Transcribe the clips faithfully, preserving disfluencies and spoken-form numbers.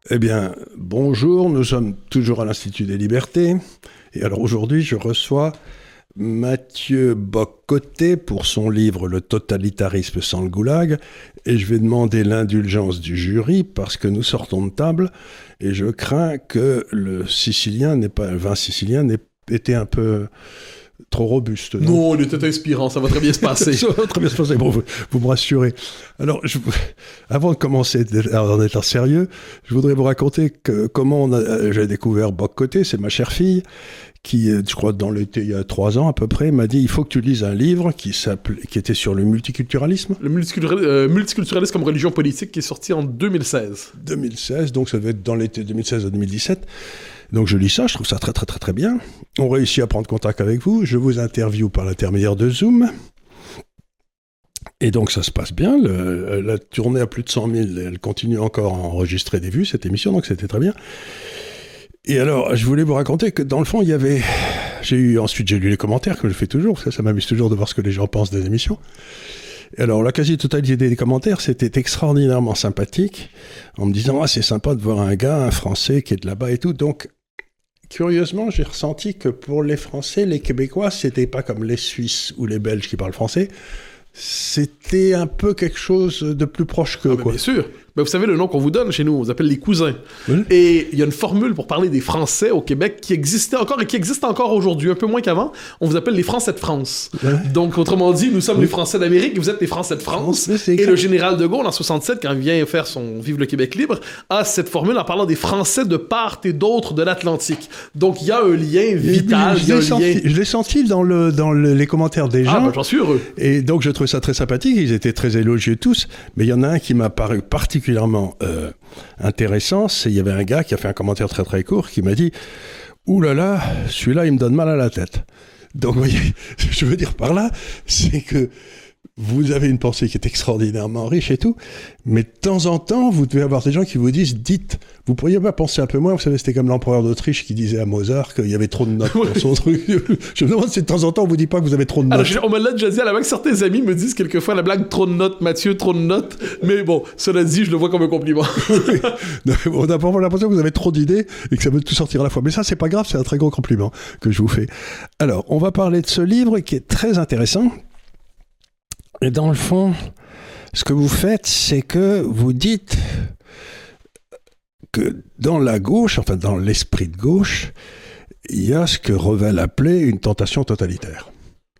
Eh bien, bonjour, nous sommes toujours à l'Institut des Libertés. Et alors aujourd'hui, je reçois Mathieu Bock-Côté pour son livre « Le totalitarisme sans le goulag ». Et je vais demander l'indulgence du jury parce que nous sortons de table et je crains que le sicilien, n'est pas, le vin sicilien n'ait été un peu trop robuste. Non, non, il était inspirant, ça va très bien se passer. Ça va très bien se passer, bon, vous, vous me rassurez. Alors, je, avant de commencer en étant sérieux, je voudrais vous raconter que, comment on a, j'ai découvert Bock-Côté, c'est ma chère fille, qui, je crois, dans l'été, il y a trois ans à peu près, m'a dit, il faut que tu lises un livre qui, qui était sur le multiculturalisme. Le multiculturalisme, euh, multiculturalisme comme religion politique qui est sorti en deux mille seize. deux mille seize, donc ça devait être dans l'été deux mille seize à deux mille dix-sept. Donc je lis ça, je trouve ça très très très très bien. On réussit à prendre contact avec vous, je vous interviewe par l'intermédiaire de Zoom. Et donc ça se passe bien, le, la tournée à plus de cent mille, elle continue encore à enregistrer des vues, cette émission, donc c'était très bien. Et alors, je voulais vous raconter que dans le fond, il y avait... J'ai eu, ensuite, j'ai lu les commentaires, que je fais toujours, parce que ça m'amuse toujours de voir ce que les gens pensent des émissions. Et alors, la quasi-totalité des commentaires, c'était extraordinairement sympathique, en me disant « Ah, c'est sympa de voir un gars, un Français qui est de là-bas et tout. » Donc, curieusement, j'ai ressenti que pour les Français, les Québécois, c'était pas comme les Suisses ou les Belges qui parlent français. C'était un peu quelque chose de plus proche que ah, quoi. Bien sûr. Ben, vous savez le nom qu'on vous donne chez nous, on vous appelle les cousins. Oui. Et il y a une formule pour parler des Français au Québec qui existait encore et qui existe encore aujourd'hui, un peu moins qu'avant. On vous appelle les Français de France. Ouais. Donc, autrement dit, nous sommes oui. les Français d'Amérique et vous êtes les Français de France. Oui, et le général de Gaulle, en soixante-sept, quand il vient faire son Vive le Québec libre, a cette formule en parlant des Français de part et d'autre de l'Atlantique. Donc, il y a un lien vital. Je, je, l'ai, senti, lien... je l'ai senti dans, le, dans le, les commentaires des gens. Ah, ben, j'en suis heureux. Et donc, je trouvais ça très sympathique. Ils étaient très élogieux tous. Mais il y en a un qui m'a paru particulièrement... Euh, intéressant, c'est il y avait un gars qui a fait un commentaire très très court qui m'a dit « Ouh là là, celui-là il me donne mal à la tête ». Donc vous voyez, je veux dire par là, c'est que vous avez une pensée qui est extraordinairement riche et tout, mais de temps en temps, vous devez avoir des gens qui vous disent « Dites, vous pourriez pas penser un peu moins ?» Vous savez, c'était comme l'empereur d'Autriche qui disait à Mozart qu'il y avait trop de notes dans son truc. Je me demande si de temps en temps, on vous dit pas que vous avez trop de notes. Alors, on me l'a déjà dit à la blague. Certains amis me disent quelquefois la blague « trop de notes, Mathieu, trop de notes ». Mais bon, cela dit, je le vois comme un compliment. non, on a parfois l'impression que vous avez trop d'idées et que ça veut tout sortir à la fois. Mais ça, c'est pas grave, c'est un très gros compliment que je vous fais. Alors, on va parler de ce livre qui est très intéressant. Et dans le fond, ce que vous faites, c'est que vous dites que dans la gauche, enfin dans l'esprit de gauche, il y a ce que Revel appelait une tentation totalitaire.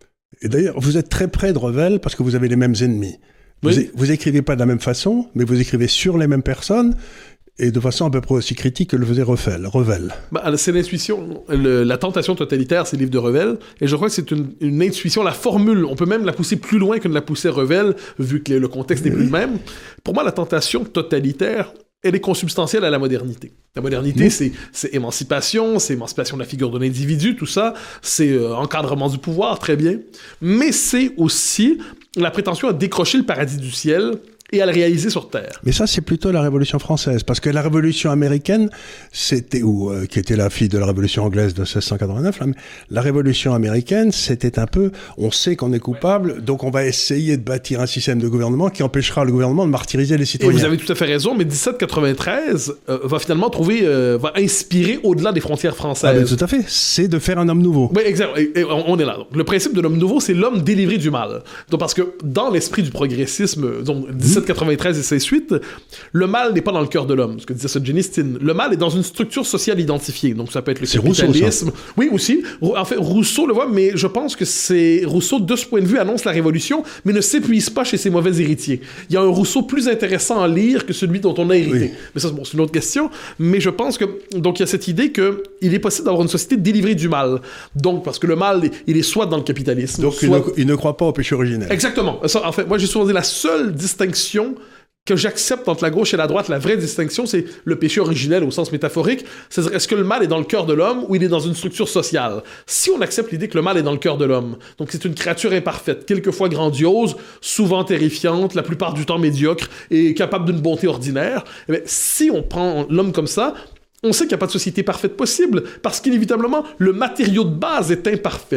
Et d'ailleurs, vous êtes très près de Revel parce que vous avez les mêmes ennemis. Oui. Vous, é- vous écrivez pas de la même façon, mais vous écrivez sur les mêmes personnes et de façon à peu près aussi critique que le faisait Revel. Revel. Bah, c'est l'intuition. Le, la tentation totalitaire, c'est le livre de Revel. Et je crois que c'est une, une intuition. La formule, on peut même la pousser plus loin que ne la poussait Revel, vu que le, le contexte n'est oui. plus le même. Pour moi, la tentation totalitaire, elle est consubstantielle à la modernité. La modernité, oui. c'est, c'est émancipation, c'est émancipation de la figure de l'individu, tout ça. C'est euh, encadrement du pouvoir, très bien. Mais c'est aussi la prétention à décrocher le paradis du ciel et à le réaliser sur Terre. Mais ça, c'est plutôt la Révolution française, parce que la Révolution américaine, c'était, ou euh, qui était la fille de la Révolution anglaise de seize cent quatre-vingt-neuf, là, mais la Révolution américaine, c'était un peu, on sait qu'on est coupable, donc on va essayer de bâtir un système de gouvernement qui empêchera le gouvernement de martyriser les citoyens. Et vous avez tout à fait raison, mais dix-sept quatre-vingt-treize euh, va finalement trouver, euh, va inspirer au-delà des frontières françaises. Ah, ben, tout à fait, c'est de faire un homme nouveau. Oui, exact, et, et on, on est là. Donc, le principe de l'homme nouveau, c'est l'homme délivré du mal. Donc, parce que dans l'esprit du progressisme, donc dix-sept quatre-vingt-treize et ses suites, le mal n'est pas dans le cœur de l'homme, ce que disait Solzhenitsyn. Le mal est dans une structure sociale identifiée. Donc ça peut être le c'est capitalisme. Rousseau, oui, aussi. En fait, Rousseau le voit, mais je pense que c'est Rousseau, de ce point de vue, annonce la révolution, mais ne s'épuise pas chez ses mauvais héritiers. Il y a un Rousseau plus intéressant à lire que celui dont on a hérité. Oui. Mais ça, bon, c'est une autre question. Mais je pense que donc il y a cette idée que il est possible d'avoir une société délivrée du mal. Donc parce que le mal, il est soit dans le capitalisme. Donc soit... il, ne, il ne croit pas au péché originel. Exactement. Ça, en fait, moi j'ai souvent dit la seule distinction que j'accepte entre la gauche et la droite, la vraie distinction, c'est le péché originel au sens métaphorique. C'est-à-dire, est-ce que le mal est dans le cœur de l'homme ou il est dans une structure sociale? Si on accepte l'idée que le mal est dans le cœur de l'homme, donc c'est une créature imparfaite, quelquefois grandiose, souvent terrifiante, la plupart du temps médiocre et capable d'une bonté ordinaire, eh bien, si on prend l'homme comme ça, on sait qu'il n'y a pas de société parfaite possible, parce qu'inévitablement, le matériau de base est imparfait.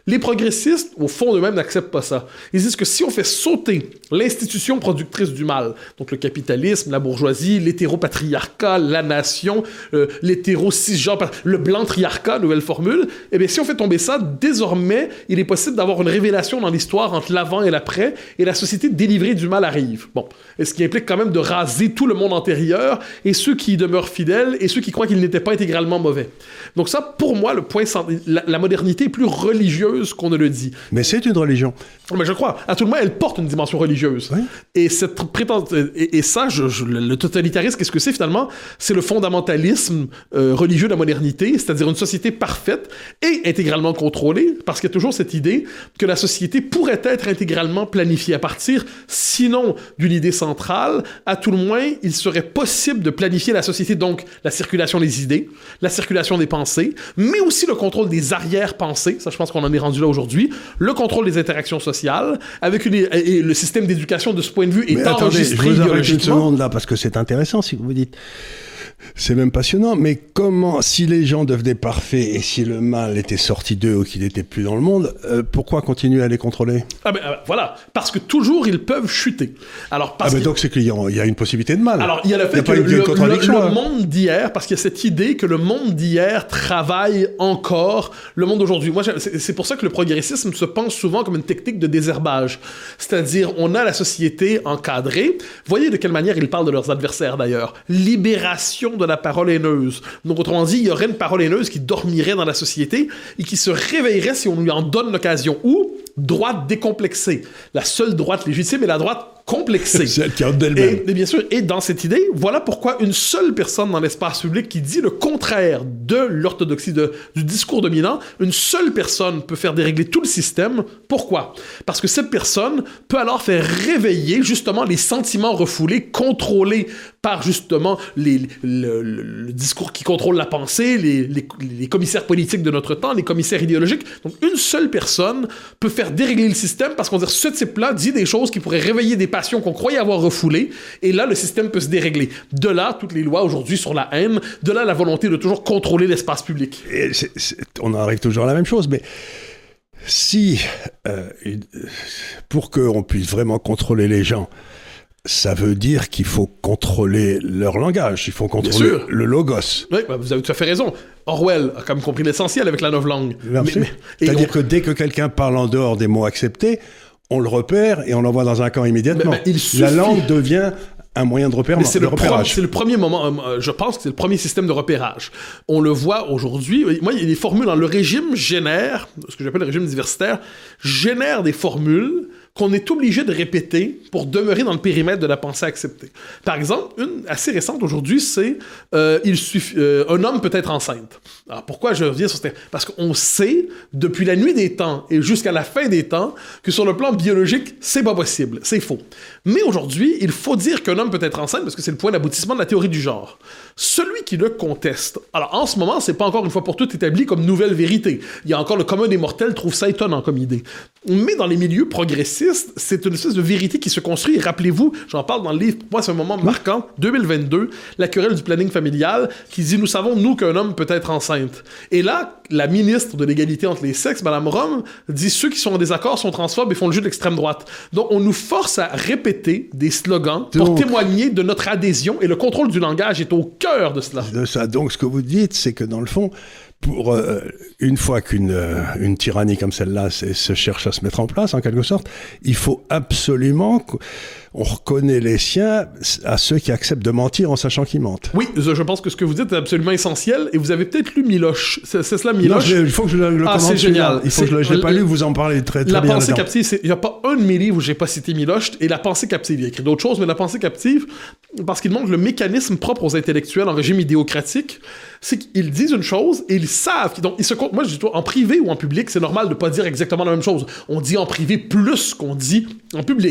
Les progressistes, au fond d'eux-mêmes, n'acceptent pas ça. Ils disent que si on fait sauter l'institution productrice du mal, donc le capitalisme, la bourgeoisie, l'hétéropatriarcat, la nation, euh, l'hétéro-cisgenre, le blanc-triarcat, nouvelle formule, eh bien, si on fait tomber ça, désormais, il est possible d'avoir une révélation dans l'histoire entre l'avant et l'après, et la société délivrée du mal arrive. Bon, et ce qui implique quand même de raser tout le monde antérieur, et ceux qui y demeurent fidèles, et ceux qui croient qu'il n'était pas intégralement mauvais. Donc ça, pour moi, le point, la, la modernité est plus religieuse qu'on ne le dit. Mais c'est une religion. Mais je crois. À tout le moins, elle porte une dimension religieuse. Oui. Et cette prétend... et, et ça, je, je, le totalitarisme, qu'est-ce que c'est finalement? C'est le fondamentalisme euh, religieux de la modernité, c'est-à-dire une société parfaite et intégralement contrôlée, parce qu'il y a toujours cette idée que la société pourrait être intégralement planifiée à partir, sinon d'une idée centrale, à tout le moins, il serait possible de planifier la société, donc la circulation des idées, la circulation des pensées, mais aussi le contrôle des arrière-pensées, ça je pense qu'on en est rendu là aujourd'hui, le contrôle des interactions sociales, avec une, et le système d'éducation de ce point de vue est mais enregistré attendez, je vous arrête une biologiquement. seconde là, parce que c'est intéressant si vous dites... C'est même passionnant, mais comment, si les gens devenaient parfaits et si le mal était sorti d'eux ou qu'il n'était plus dans le monde, euh, pourquoi continuer à les contrôler? Ah ben euh, voilà, parce que toujours ils peuvent chuter. Alors parce ah ben que... donc c'est qu'il y a, il y a une possibilité de mal. Alors il y a le fait il y a que pas le, une, une le, contradiction, le, le hein. monde d'hier, parce qu'il y a cette idée que le monde d'hier travaille encore le monde d'aujourd'hui. Moi, c'est, c'est pour ça que le progressisme se pense souvent comme une technique de désherbage. C'est-à-dire, on a la société encadrée. Voyez de quelle manière ils parlent de leurs adversaires d'ailleurs. Libération de la parole haineuse. Donc, autrement dit, il y aurait une parole haineuse qui dormirait dans la société et qui se réveillerait si on lui en donne l'occasion. Ou droite décomplexée. La seule droite légitime est la droite complexée. C'est elle qui a d'elle-même. Et, et bien sûr, et dans cette idée, voilà pourquoi une seule personne dans l'espace public qui dit le contraire de l'orthodoxie de, du discours dominant, une seule personne peut faire dérégler tout le système. Pourquoi? Parce que cette personne peut alors faire réveiller justement les sentiments refoulés, contrôlés par justement les, le, le, le discours qui contrôle la pensée, les, les, les commissaires politiques de notre temps, les commissaires idéologiques. Donc une seule personne peut faire dérégler le système parce qu'on dit ce type-là dit des choses qui pourraient réveiller des passions qu'on croyait avoir refoulées, et là le système peut se dérégler. De là toutes les lois aujourd'hui sur la haine, de là la volonté de toujours contrôler l'espace public. Et c'est, c'est, on arrive toujours à la même chose, mais si euh, pour qu'on puisse vraiment contrôler les gens, ça veut dire qu'il faut contrôler leur langage, il faut contrôler le logos. Oui, bah vous avez tout à fait raison. Orwell a quand même compris l'essentiel avec la novlangue. Mais, mais, C'est-à-dire on... que dès que quelqu'un parle en dehors des mots acceptés, on le repère et on l'envoie dans un camp immédiatement. Mais, mais il suffit... La langue devient un moyen de repérage. C'est, le pro- c'est le premier moment, euh, je pense que c'est le premier système de repérage. On le voit aujourd'hui. Moi, il y a des formules dans le régime génère, ce que j'appelle le régime diversitaire, génère des formules qu'on est obligé de répéter pour demeurer dans le périmètre de la pensée acceptée. Par exemple, une assez récente aujourd'hui, c'est euh, il suffit, euh, un homme peut être enceinte. Alors pourquoi je reviens sur ce thème? Parce qu'on sait, depuis la nuit des temps et jusqu'à la fin des temps, que sur le plan biologique, c'est pas possible, c'est faux. Mais aujourd'hui, il faut dire qu'un homme peut être enceinte parce que c'est le point d'aboutissement de la théorie du genre. Celui qui le conteste, alors en ce moment, c'est pas encore une fois pour toutes établi comme nouvelle vérité. Il y a encore le commun des mortels trouve ça étonnant comme idée. Mais dans les milieux progressistes, c'est une espèce de vérité qui se construit. Et rappelez-vous, j'en parle dans le livre, pour moi c'est un moment marquant, deux mille vingt-deux, la querelle du planning familial, qui dit « Nous savons, nous, qu'un homme peut être enceinte ». Et là, la ministre de l'égalité entre les sexes, Mme Rome, dit « Ceux qui sont en désaccord sont transphobes et font le jeu de l'extrême droite ». Donc on nous force à répéter des slogans pour donc, témoigner de notre adhésion, et le contrôle du langage est au cœur de cela. De ça. Donc ce que vous dites, c'est que dans le fond, pour euh, une fois qu'une euh, une tyrannie comme celle-là se cherche à se mettre en place, en quelque sorte, il faut absolument qu'on reconnaît les siens à ceux qui acceptent de mentir en sachant qu'ils mentent. Oui, je pense que ce que vous dites est absolument essentiel, et vous avez peut-être lu Miloche. C'est, c'est cela, Miloche? Non, il faut que je le, le ah, commande. C'est génial. Il faut c'est, que je le, je l'ai pas lu, vous en parlez très, très la bien. La pensée dedans. captive, il n'y a pas un de mes livres où j'ai pas cité Miloche, et La pensée captive, il y a écrit d'autres choses, mais La pensée captive, parce qu'il montre le mécanisme propre aux intellectuels en régime idéocratique, c'est qu'ils disent une chose et ils savent. Donc, ils se comptent. Moi, je dis, toi, en privé ou en public, c'est normal de pas dire exactement la même chose. On dit en privé plus qu'on dit en public.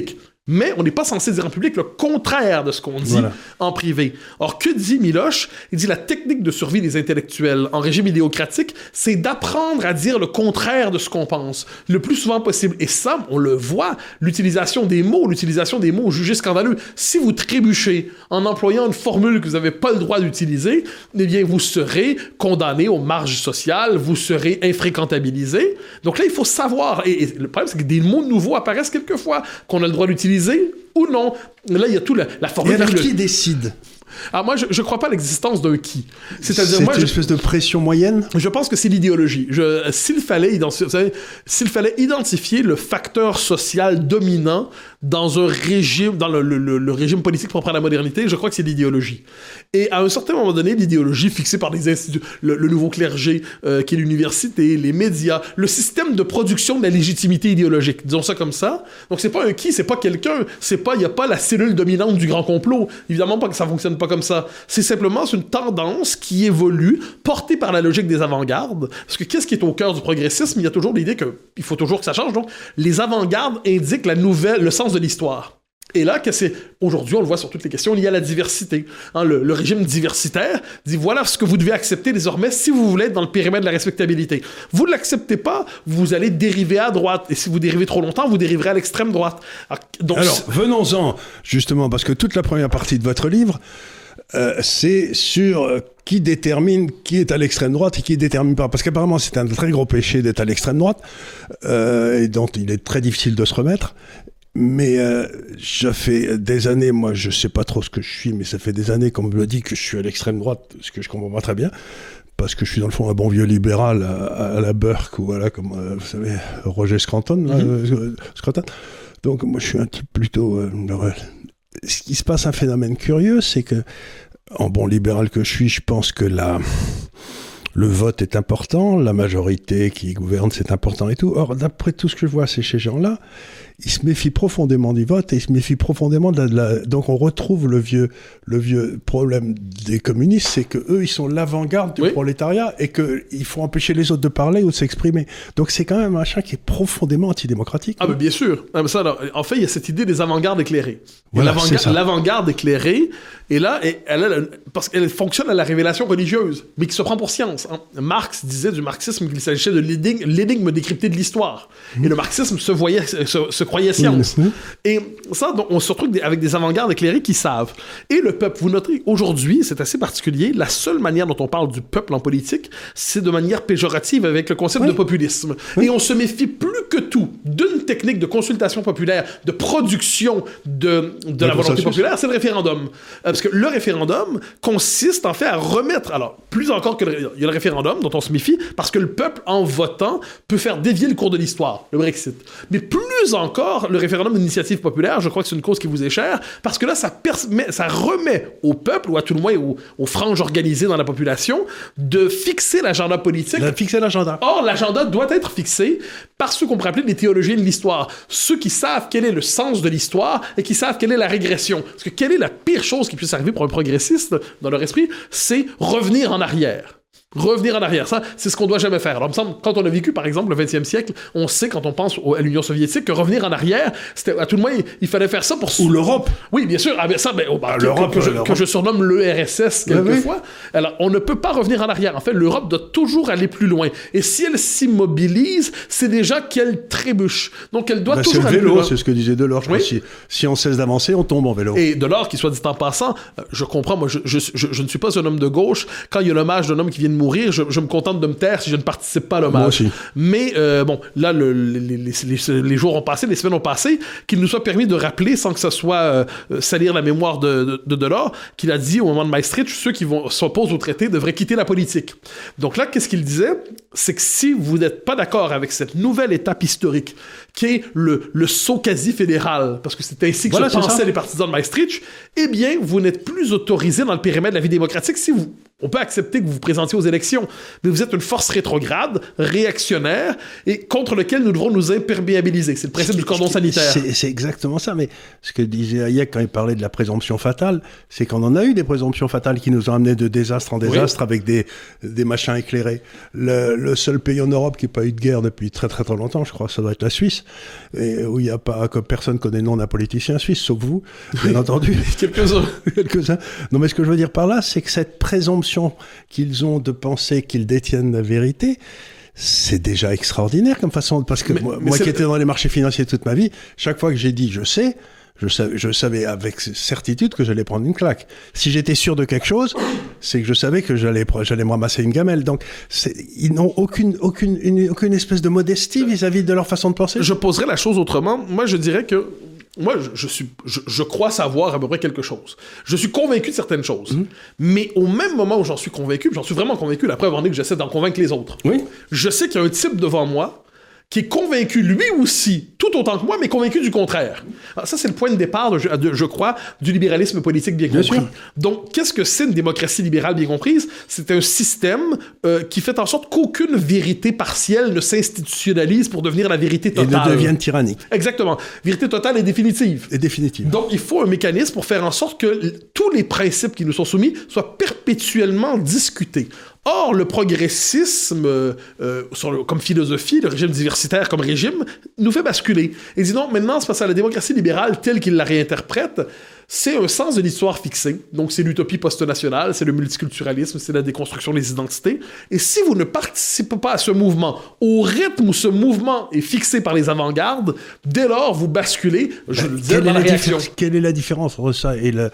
Mais on n'est pas censé dire en public le contraire de ce qu'on dit voilà. en privé. Or, que dit Miloche? Il dit la technique de survie des intellectuels en régime idéocratique, c'est d'apprendre à dire le contraire de ce qu'on pense, le plus souvent possible. Et ça, on le voit, l'utilisation des mots, l'utilisation des mots jugés scandaleux. Si vous trébuchez en employant une formule que vous n'avez pas le droit d'utiliser, eh bien, vous serez condamné aux marges sociales, vous serez infréquentabilisé. Donc là, il faut savoir. Et, et le problème, c'est que des mots nouveaux apparaissent quelquefois, qu'on a le droit d'utiliser ou non. Là, il y a tout la, la formule. Et alors, le... qui décide? Alors moi, je ne crois pas à l'existence d'un qui. C'est-à-dire, c'est moi, une je, espèce de pression moyenne? Je pense que c'est l'idéologie. Je, s'il, fallait identifier, vous savez, s'il fallait identifier le facteur social dominant dans un régime, dans le, le, le régime politique propre à la modernité, je crois que c'est l'idéologie. Et à un certain moment donné, l'idéologie fixée par des instituts, le, le nouveau clergé, euh, qui est l'université, les médias, le système de production de la légitimité idéologique, disons ça comme ça. Donc c'est pas un qui, c'est pas quelqu'un, c'est pas, il n'y a pas la cellule dominante du grand complot. Évidemment pas que ça fonctionne pas comme ça. C'est simplement une tendance qui évolue, portée par la logique des avant-gardes. Parce que qu'est-ce qui est au cœur du progressisme? Il y a toujours l'idée qu'il faut toujours que ça change. Donc, les avant-gardes indiquent la nouvelle, le sens de l'histoire. Et là, que c'est, aujourd'hui, on le voit sur toutes les questions liées à la diversité. Hein, le, le régime diversitaire dit voilà ce que vous devez accepter désormais si vous voulez être dans le périmètre de la respectabilité. Vous ne l'acceptez pas, vous allez dériver à droite. Et si vous dérivez trop longtemps, vous dériverez à l'extrême droite. Alors, donc, Alors venons-en, justement, parce que toute la première partie de votre livre, euh, c'est sur euh, qui détermine qui est à l'extrême droite et qui ne détermine pas. Parce qu'apparemment, c'est un très gros péché d'être à l'extrême droite, euh, et dont il est très difficile de se remettre. Mais euh, ça fait des années, moi je sais pas trop ce que je suis, mais ça fait des années qu'on me le dit que je suis à l'extrême droite, ce que je comprends pas très bien, parce que je suis dans le fond un bon vieux libéral à, à la Burke, ou voilà, comme euh, vous savez, Roger Scranton, là, mm-hmm. euh, Scranton. Donc moi je suis un type plutôt... Euh, ce qui se passe, un phénomène curieux, c'est que, en bon libéral que je suis, je pense que la... le vote est important, la majorité qui gouverne, c'est important et tout. Or, d'après tout ce que je vois, c'est chez ces gens-là, ils se méfient profondément du vote et ils se méfient profondément de la... De la... Donc, on retrouve le vieux, le vieux problème des communistes, c'est qu'eux, ils sont l'avant-garde du oui. prolétariat et qu'il faut empêcher les autres de parler ou de s'exprimer. Donc, c'est quand même un machin qui est profondément antidémocratique. Ah, mais bien sûr. Ah, mais ça, alors, en fait, il y a cette idée des avant-gardes éclairées. Voilà, l'avant-garde, l'avant-garde éclairée, et là, elle, elle, parce qu'elle fonctionne à la révélation religieuse, mais qui se prend pour science. Hein. Marx disait du marxisme qu'il s'agissait de l'énigme, l'énigme décryptée de l'histoire. Mmh. Et le marxisme se, voyait, se, se croyait science. Mmh. Et ça, donc, on se retrouve avec des avant-gardes éclairés qui savent. Et le peuple, vous noterez, aujourd'hui, c'est assez particulier, la seule manière dont on parle du peuple en politique, c'est de manière péjorative avec le concept oui. de populisme. Oui. Et on se méfie plus que tout d'une technique de consultation populaire, de production de, de, de la volonté populaire, c'est le référendum. Parce que le référendum consiste en fait à remettre, alors plus encore que le, il y a le référendum dont on se méfie, parce que le peuple en votant peut faire dévier le cours de l'histoire, le Brexit. Mais plus encore, le référendum d'initiative populaire, je crois que c'est une cause qui vous est chère, parce que là, ça, permet, ça remet au peuple, ou à tout le moins aux, aux franges organisées dans la population, de fixer l'agenda politique. De fixer l'agenda. Or, l'agenda doit être fixé par ceux qu'on pourrait appeler les théologiens de l'histoire. Ceux qui savent quel est le sens de l'histoire et qui savent quelle est la régression. Parce que quelle est la pire chose qui puisse arriver pour un progressiste, dans leur esprit, c'est revenir en arrière. Revenir en arrière, ça, c'est ce qu'on doit jamais faire. Alors, il me semble, quand on a vécu, par exemple, le vingtième siècle, on sait, quand on pense au, à l'Union soviétique, que revenir en arrière, c'était, à tout le moins, il, il fallait faire ça pour... Ou l'Europe. Oui, bien sûr. Ah, ben, ça, ben, oh, bah, l'Europe, que, que, je, l'Europe. que je surnomme l'E R S S, quelquefois. Oui, oui. Alors, on ne peut pas revenir en arrière. En fait, l'Europe doit toujours aller plus loin. Et si elle s'immobilise, c'est déjà qu'elle trébuche. Donc, elle doit ben, toujours aller vélo, plus loin. C'est ce que disait Delors. Oui. Si, si on cesse d'avancer, on tombe en vélo. Et Delors, qui soit dit en passant, je comprends, moi, je, je, je, je ne suis pas un homme de gauche. Quand il y a l'hommage d'un homme qui vient de mourir, je, je me contente de me taire si je ne participe pas à l'hommage. Mais euh, bon, là, le, les, les, les, les jours ont passé, les semaines ont passé, qu'il nous soit permis de rappeler, sans que ce soit euh, salir la mémoire de, de, de Delors, qu'il a dit au moment de Maastricht, ceux qui vont, s'opposent au traité devraient quitter la politique. Donc là, qu'est-ce qu'il disait? C'est que si vous n'êtes pas d'accord avec cette nouvelle étape historique, qui est le, le saut quasi-fédéral, parce que c'est ainsi que voilà, se pensaient les partisans de Maastricht, eh bien, vous n'êtes plus autorisé dans le périmètre de la vie démocratique si vous On peut accepter que vous vous présentiez aux élections, mais vous êtes une force rétrograde, réactionnaire, et contre lequel nous devons nous imperméabiliser. C'est le principe du cordon sanitaire. C'est, c'est exactement ça, mais ce que disait Hayek quand il parlait de la présomption fatale, c'est qu'on en a eu des présomptions fatales qui nous ont amené de désastre en désastre oui. avec des, des machins éclairés. Le, le seul pays en Europe qui n'a pas eu de guerre depuis très très très longtemps, je crois, ça doit être la Suisse, et où il n'y a pas, que personne connaît le nom d'un politicien suisse, sauf vous, bien entendu. Quelques-uns. Quelques-uns. Non, mais ce que je veux dire par là, c'est que cette présomption qu'ils ont de penser qu'ils détiennent la vérité, c'est déjà extraordinaire comme façon, parce que mais, moi, mais moi qui étais dans les marchés financiers toute ma vie, chaque fois que j'ai dit je sais, je savais, je savais avec certitude que j'allais prendre une claque. Si j'étais sûr de quelque chose, c'est que je savais que j'allais, j'allais me ramasser une gamelle. Donc, c'est, ils n'ont aucune, aucune, une, aucune espèce de modestie vis-à-vis de leur façon de penser. Je poserais la chose autrement. Moi, je dirais que Moi, je, je, suis, je, je crois savoir à peu près quelque chose. Je suis convaincu de certaines choses. Mmh. Mais au même moment où j'en suis convaincu, j'en suis vraiment convaincu, la preuve en est que j'essaie d'en convaincre les autres. Oui. Je sais qu'il y a un type devant moi qui est convaincu lui aussi, tout autant que moi, mais convaincu du contraire. Alors ça, c'est le point de départ, de, de, je crois, du libéralisme politique bien, bien compris. Sûr. Donc, qu'est-ce que c'est une démocratie libérale bien comprise? C'est un système euh, qui fait en sorte qu'aucune vérité partielle ne s'institutionnalise pour devenir la vérité totale. Et ne devienne tyrannique. Exactement. Vérité totale et définitive. Et définitive. Donc, il faut un mécanisme pour faire en sorte que l- tous les principes qui nous sont soumis soient perpétuellement discutés. Or, le progressisme, euh, sur le, comme philosophie, le régime diversitaire comme régime, nous fait basculer. Et dit non, maintenant, c'est parce que la démocratie libérale, telle qu'il la réinterprète, c'est un sens de l'histoire fixé. Donc, c'est l'utopie post-nationale, c'est le multiculturalisme, c'est la déconstruction des identités. Et si vous ne participez pas à ce mouvement, au rythme où ce mouvement est fixé par les avant-gardes, dès lors, vous basculez, je le disais, dans la réaction. Quelle est la différence entre ça et le...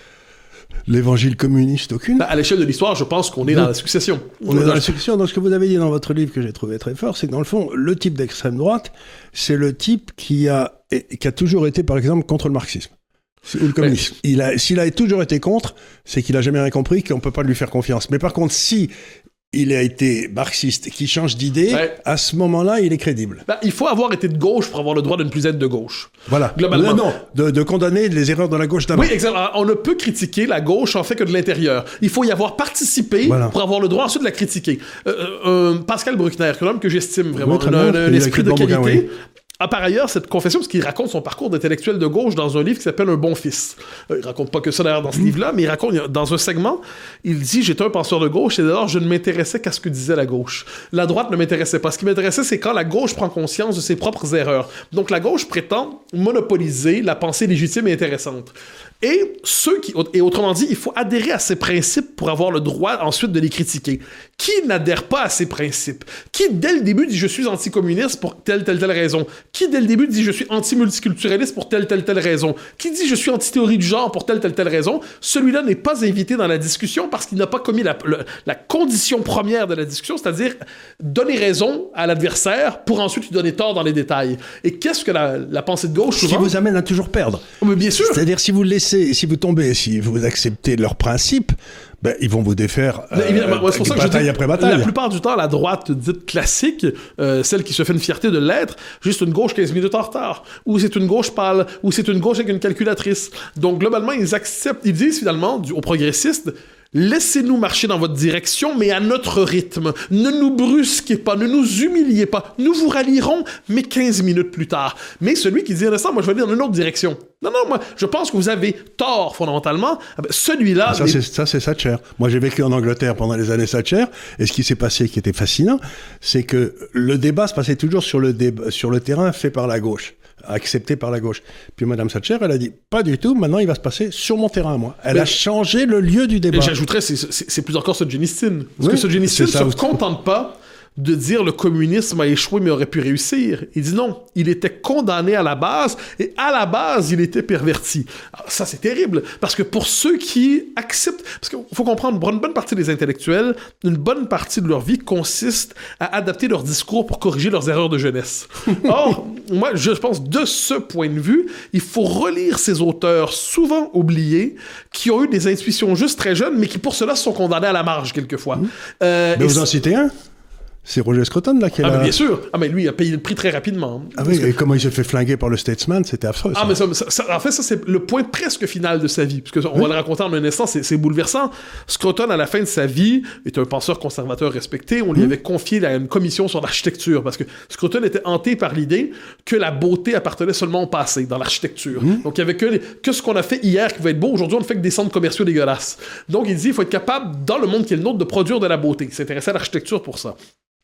l'évangile communiste? Aucune. À l'échelle de l'histoire, je pense qu'on est dans la succession. On est dans la succession. Donc, ce que vous avez dit dans votre livre, que j'ai trouvé très fort, c'est que dans le fond, le type d'extrême droite, c'est le type qui a, qui a toujours été, par exemple, contre le marxisme. Ou le communisme. Ouais. Il a, s'il a toujours été contre, c'est qu'il a jamais rien compris, qu'on peut pas lui faire confiance. Mais par contre, si il a été marxiste et qu'il change d'idée, ouais. à ce moment-là, il est crédible. Ben, il faut avoir été de gauche pour avoir le droit de ne plus être de gauche. Voilà. Globalement. Non, non, de, de condamner les erreurs de la gauche d'abord. Oui, exactement. On ne peut critiquer la gauche en fait que de l'intérieur. Il faut y avoir participé voilà. pour avoir le droit ensuite de la critiquer. Euh, euh, Pascal Bruckner, un homme que j'estime vraiment, oui, un, un, un esprit de qualité, bouquin, oui. a par ailleurs cette confession, parce qu'il raconte son parcours d'intellectuel de gauche dans un livre qui s'appelle Un bon fils. Euh, il raconte pas que ça d'ailleurs dans ce mmh. livre-là, mais il raconte dans un segment, il dit « J'étais un penseur de gauche et d'ailleurs je ne m'intéressais qu'à ce que disait la gauche. La droite ne m'intéressait pas. Ce qui m'intéressait, c'est quand la gauche prend conscience de ses propres erreurs. Donc la gauche prétend monopoliser la pensée légitime et intéressante. Et ceux qui, et autrement dit, il faut adhérer à ces principes pour avoir le droit ensuite de les critiquer. Qui n'adhère pas à ces principes? Qui, dès le début, dit « Je suis anticommuniste pour telle, telle, telle raison. » Qui, dès le début, dit « Je suis anti-multiculturaliste pour telle, telle, telle raison. » Qui dit « Je suis anti-théorie du genre pour telle, telle, telle raison. » Celui-là n'est pas invité dans la discussion parce qu'il n'a pas commis la, le, la condition première de la discussion, c'est-à-dire donner raison à l'adversaire pour ensuite lui donner tort dans les détails. Et qu'est-ce que la, la pensée de gauche souvent... Ce qui vous amène à toujours perdre. Oh, mais bien sûr. C'est-à-dire, si vous laissez, si vous tombez, si vous acceptez leurs principes, ben, ils vont vous défaire euh, évidemment, ouais, c'est pour ça que bataille je dis, après bataille. La plupart du temps, la droite dite classique, euh, celle qui se fait une fierté de l'être, juste une gauche quinze minutes en retard, ou c'est une gauche pâle, ou c'est une gauche avec une calculatrice. Donc, globalement, ils acceptent, ils disent finalement du, aux progressistes, laissez-nous marcher dans votre direction, mais à notre rythme. Ne nous brusquez pas, ne nous humiliez pas. Nous vous rallierons, mais quinze minutes plus tard. Mais celui qui dit « ça, moi, je vais aller dans une autre direction. » Non, non, moi, je pense que vous avez tort, fondamentalement. Celui-là... Ça, les... c'est, ça, c'est Thatcher. Moi, j'ai vécu en Angleterre pendant les années Thatcher, et ce qui s'est passé, qui était fascinant, c'est que le débat se passait toujours sur le, déba... sur le terrain fait par la gauche, accepté par la gauche. Puis Mme Thatcher, elle a dit « Pas du tout, maintenant, il va se passer sur mon terrain, moi. » Elle Mais... a changé le lieu du débat. Et j'ajouterais, c'est, c'est, c'est plus encore Solzhenitsyn. Parce oui, que Solzhenitsyn ne se aussi. contente pas de dire le communisme a échoué mais aurait pu réussir. Il dit non, il était condamné à la base et à la base, il était perverti. Alors ça, c'est terrible parce que pour ceux qui acceptent... Parce qu'il faut comprendre, pour une bonne partie des intellectuels, une bonne partie de leur vie consiste à adapter leur discours pour corriger leurs erreurs de jeunesse. Or, moi, je pense, de ce point de vue, il faut relire ces auteurs souvent oubliés qui ont eu des intuitions juste très jeunes mais qui pour cela sont condamnés à la marge quelquefois. Mmh. Euh, mais vous en citez un? C'est Roger Scruton, là, qui est ah, là. Mais bien sûr. Ah, mais lui, il a payé le prix très rapidement. Ah oui, que... et comment il s'est fait flinguer par le Statesman, c'était affreux. Ah, ça. mais ça, ça, en fait, ça, c'est le point presque final de sa vie. Parce qu'on oui. va le raconter en un instant, c'est, c'est bouleversant. Scruton, à la fin de sa vie, est un penseur conservateur respecté. On lui mmh. avait confié là, une commission sur l'architecture. Parce que Scruton était hanté par l'idée que la beauté appartenait seulement au passé, dans l'architecture. Mmh. Donc, il y avait que, les, que ce qu'on a fait hier qui va être beau. Aujourd'hui, on ne fait que des centres commerciaux dégueulasses. Donc, il dit il faut être capable, dans le monde qui est le nôtre, de produire de la beauté. Il s'intéressait à l'architecture pour ça.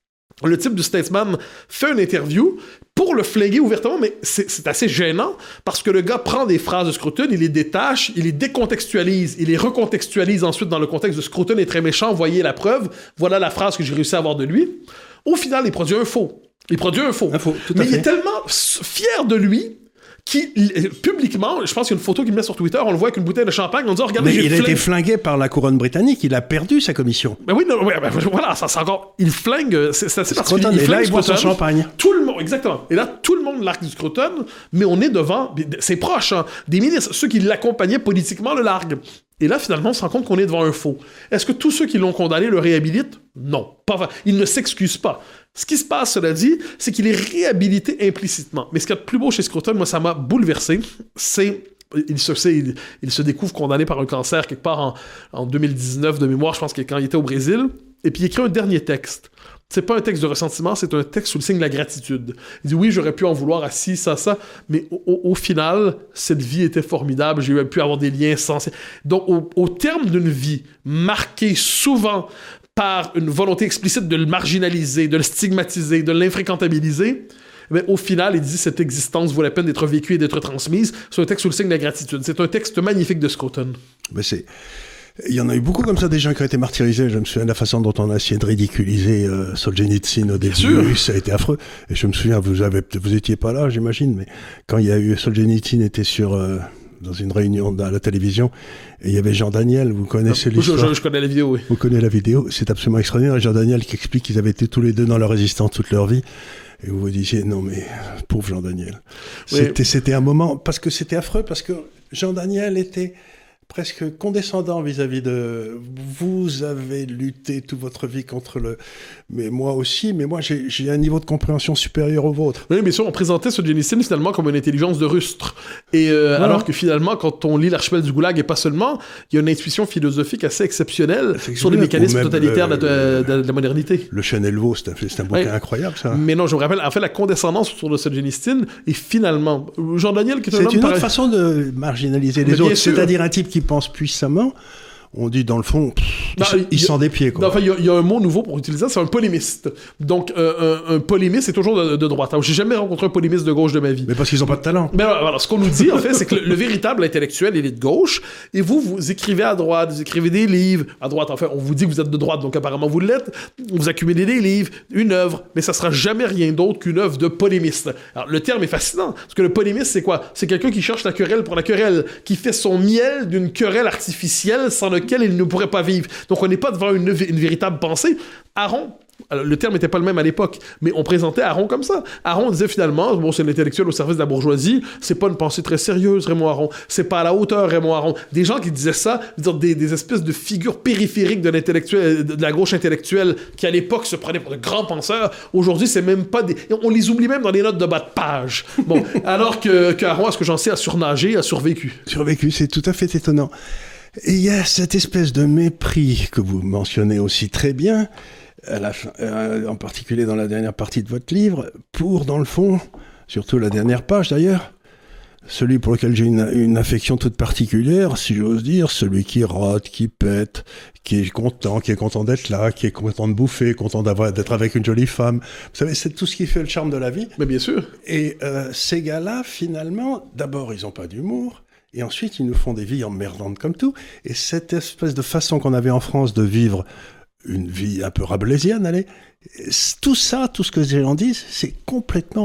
Le type du Statesman fait une interview pour le flinguer ouvertement, mais c'est, c'est assez gênant parce que le gars prend des phrases de Scruton, il les détache, il les décontextualise, il les recontextualise ensuite dans le contexte de Scruton est très méchant, voyez la preuve, voilà la phrase que j'ai réussi à avoir de lui. Au final, il produit un faux. Il produit un faux. Un faux tout à mais fait. Il est tellement fier de lui qui, publiquement, je pense qu'il y a une photo qu'il met sur Twitter, on le voit avec une bouteille de champagne, on dit, oh, regardez, mais j'ai il a flingué. été flingué par la couronne britannique, il a perdu sa commission. Ben oui, non, ouais, ben, voilà, ça c'est encore, il flingue, c'est, c'est assez particulier. Il et là, il boit son champagne. Tout le monde, exactement. Et là, tout le monde largue du Scruton, mais on est devant, c'est proche, hein, des ministres, ceux qui l'accompagnaient politiquement le larguent. Et là, finalement, on se rend compte qu'on est devant un faux. Est-ce que tous ceux qui l'ont condamné le réhabilitent? Non. Pas, il ne s'excuse pas. Ce qui se passe, cela dit, c'est qu'il est réhabilité implicitement. Mais ce qu'il y a de plus beau chez Scruton, moi, ça m'a bouleversé, c'est... Il se, il, il se découvre condamné par un cancer quelque part en, en deux mille dix-neuf de mémoire, je pense que quand il était au Brésil, et puis il écrit un dernier texte. C'est pas un texte de ressentiment, c'est un texte sous le signe de la gratitude. Il dit oui, j'aurais pu en vouloir à ci, ça, ça, mais au, au, au final, cette vie était formidable, j'ai pu avoir des liens sensés. Donc, au, au terme d'une vie marquée souvent par une volonté explicite de le marginaliser, de le stigmatiser, de l'infréquentabiliser, mais au final, il dit cette existence vaut la peine d'être vécue et d'être transmise. C'est un texte sous le signe de la gratitude. C'est un texte magnifique de Scruton. Mais c'est... Il y en a eu beaucoup comme ça, des gens qui ont été martyrisés. Je me souviens de la façon dont on a essayé de ridiculiser euh, Solzhenitsyn au début. Ça a été affreux. Et je me souviens, vous avez, vous étiez pas là, j'imagine, mais quand il y a eu Solzhenitsyn était sur... Euh, dans une réunion à la télévision, et il y avait Jean Daniel, vous connaissez non, l'histoire. Je, je, je connais la vidéo, oui. Vous connaissez la vidéo, c'est absolument extraordinaire. Jean Daniel qui explique qu'ils avaient été tous les deux dans la résistance toute leur vie, et vous vous disiez, non mais, pauvre Jean Daniel. Oui. C'était, c'était un moment, parce que c'était affreux, parce que Jean Daniel était presque condescendant vis-à-vis de... Vous avez lutté toute votre vie contre le... Mais moi aussi, mais moi j'ai, j'ai un niveau de compréhension supérieur au vôtre. Oui, bien sûr, on présentait Solzhenitsyn finalement comme une intelligence de rustre. Et euh, voilà. Alors que finalement, quand on lit l'Archipel du Goulag, et pas seulement, il y a une intuition philosophique assez exceptionnelle sur les mécanismes totalitaires le, de, la, de, de la modernité. Le Chenelveau, c'est un, c'est un bouquin oui. incroyable, ça. Mais non, je me rappelle, en fait, la condescendance autour de Solzhenitsyn, et finalement, Jean Daniel qui est un C'est homme une par... autre façon de marginaliser les autres, c'est-à-dire un type qui pense puissamment, on dit dans le fond, pff, non, il, il sent des pieds. Quoi. Enfin, il y, y a un mot nouveau pour utiliser, c'est un polémiste. Donc, euh, un, un polémiste, c'est toujours de, de droite. Alors, j'ai jamais rencontré un polémiste de gauche de ma vie. Mais parce qu'ils n'ont pas de talent. Mais alors, alors, ce qu'on nous dit, en fait, c'est que le, le véritable intellectuel, il est de gauche, et vous, vous écrivez à droite, vous écrivez des livres. À droite, en fait, on vous dit que vous êtes de droite, donc apparemment vous l'êtes. Vous accumulez des livres, une œuvre, mais ça sera jamais rien d'autre qu'une œuvre de polémiste. Alors, le terme est fascinant, parce que le polémiste, c'est quoi? C'est quelqu'un qui cherche la querelle pour la querelle, qui fait son miel d'une querelle artificielle sans lequel il ne pourrait pas vivre. Donc, on n'est pas devant une, une véritable pensée. Aron, alors, le terme n'était pas le même à l'époque, mais on présentait Aron comme ça. Aron disait finalement, bon, c'est l'intellectuel au service de la bourgeoisie, c'est pas une pensée très sérieuse, Raymond Aron. C'est pas à la hauteur, Raymond Aron. Des gens qui disaient ça, des, des espèces de figures périphériques de l'intellectuel, de la gauche intellectuelle, qui à l'époque se prenaient pour de grands penseurs. Aujourd'hui, c'est même pas des... On les oublie même dans les notes de bas de page. Bon, alors que, que Aron, à ce que j'en sais, a surnagé, a survécu. Survécu, c'est tout à fait étonnant. Et il y a cette espèce de mépris que vous mentionnez aussi très bien, à la fin, euh, en particulier dans la dernière partie de votre livre, pour, dans le fond, surtout la dernière page d'ailleurs, celui pour lequel j'ai une, une affection toute particulière, si j'ose dire, celui qui rote, qui pète, qui est content, qui est content d'être là, qui est content de bouffer, content d'avoir, d'être avec une jolie femme. Vous savez, c'est tout ce qui fait le charme de la vie. Mais bien sûr. Et euh, ces gars-là, finalement, d'abord, ils n'ont pas d'humour. Et ensuite, ils nous font des vies emmerdantes comme tout. Et cette espèce de façon qu'on avait en France de vivre une vie un peu rabelaisienne, allez, tout ça, tout ce que les gens disent, c'est complètement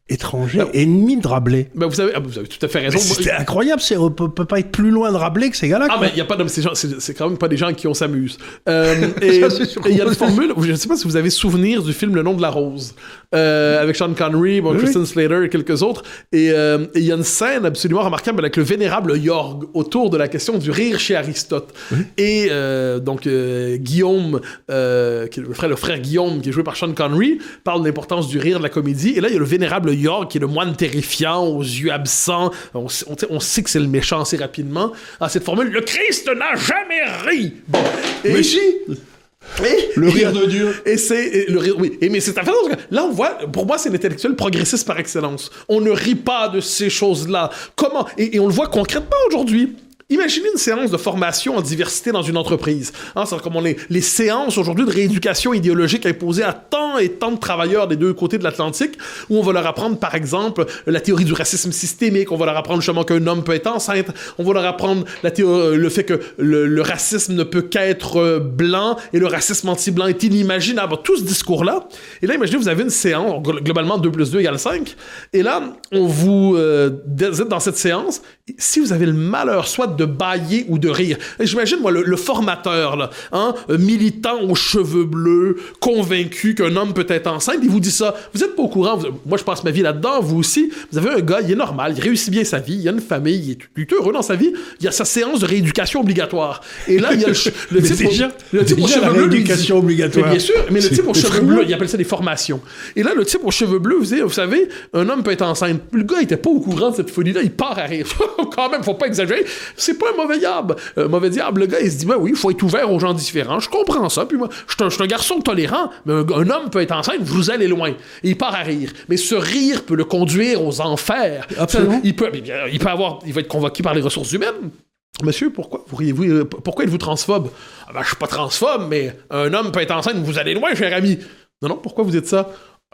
étranger, ben, ennemi de Rabelais. Ben vous, avez, ah, vous avez tout à fait raison. C'était Moi, incroyable, c'est, on peut, peut pas être plus loin de Rabelais que ces gars-là. Ah, mais il y a pas de, c'est, c'est, c'est quand même pas des gens qui on s'amuse. Euh, et il y a une formule, je ne sais pas si vous avez souvenir du film Le nom de la rose, euh, avec Sean Connery, bon, oui. Kristen Slater et quelques autres. Et euh, il y a une scène absolument remarquable avec le vénérable Yorg autour de la question du rire chez Aristote. Oui. Et euh, donc euh, Guillaume, euh, qui est le frère, le frère Guillaume, qui est joué par Sean Connery, parle de l'importance du rire de la comédie. Et là, il y a le vénérable Yorg, qui est le moine terrifiant, aux yeux absents. On, on, on sait que c'est le méchant assez rapidement. Ah, cette formule, le Christ n'a jamais ri. Bon. Et, mais si. Et, le rire et, de Dieu. Et c'est et le rire, oui. Et mais c'est là on voit. Pour moi, c'est l'intellectuel progressiste par excellence. On ne rit pas de ces choses-là. Comment et, et on le voit concrètement aujourd'hui. Imaginez une séance de formation en diversité dans une entreprise. Hein, c'est comme on est, les séances aujourd'hui de rééducation idéologique imposées à tant et tant de travailleurs des deux côtés de l'Atlantique, où on va leur apprendre, par exemple, la théorie du racisme systémique, on va leur apprendre justement qu'un homme peut être enceinte, on va leur apprendre la théorie, le fait que le, le racisme ne peut qu'être blanc et le racisme anti-blanc est inimaginable. Tout ce discours-là. Et là, imaginez, vous avez une séance, globalement deux plus deux égale cinq, et là, on vous euh, êtes dans cette séance. Si vous avez le malheur, soit de bâiller ou de rire. Et j'imagine, moi, le, le formateur, là, hein, militant aux cheveux bleus, convaincu qu'un homme peut être enceinte, il vous dit ça. Vous êtes pas au courant. Vous, moi, je passe ma vie là-dedans. Vous aussi. Vous avez un gars, il est normal, il réussit bien sa vie, il a une famille, il est plutôt heureux dans sa vie. Il y a sa séance de rééducation obligatoire. Et là, il y a le, le type, déjà, au, le type déjà aux cheveux la bleus. rééducation dit, obligatoire. Mais bien sûr, mais le c'est type aux cheveux bleus, bleus, il appelle ça des formations. Et là, le type aux cheveux bleus, vous, vous savez, un homme peut être enceinte. Le gars, il était pas au courant de cette folie-là. Il part à rire. Quand même, faut pas exagérer. C'est pas un mauvais diable. Euh, mauvais diable, le gars, il se dit, ben oui, il faut être ouvert aux gens différents. Je comprends ça. Puis moi, je suis un, un garçon tolérant, mais un, un homme peut être enceinte, vous allez loin. Et il part à rire. Mais ce rire peut le conduire aux enfers. Absolument. Il peut, il peut avoir, il va être convoqué par les ressources humaines. Monsieur, pourquoi vous riez-vous, euh, pourquoi êtes-vous transphobe? Ah ben, je suis pas transphobe, mais un homme peut être enceinte, vous allez loin, cher ami. Non, non, pourquoi vous dites ça?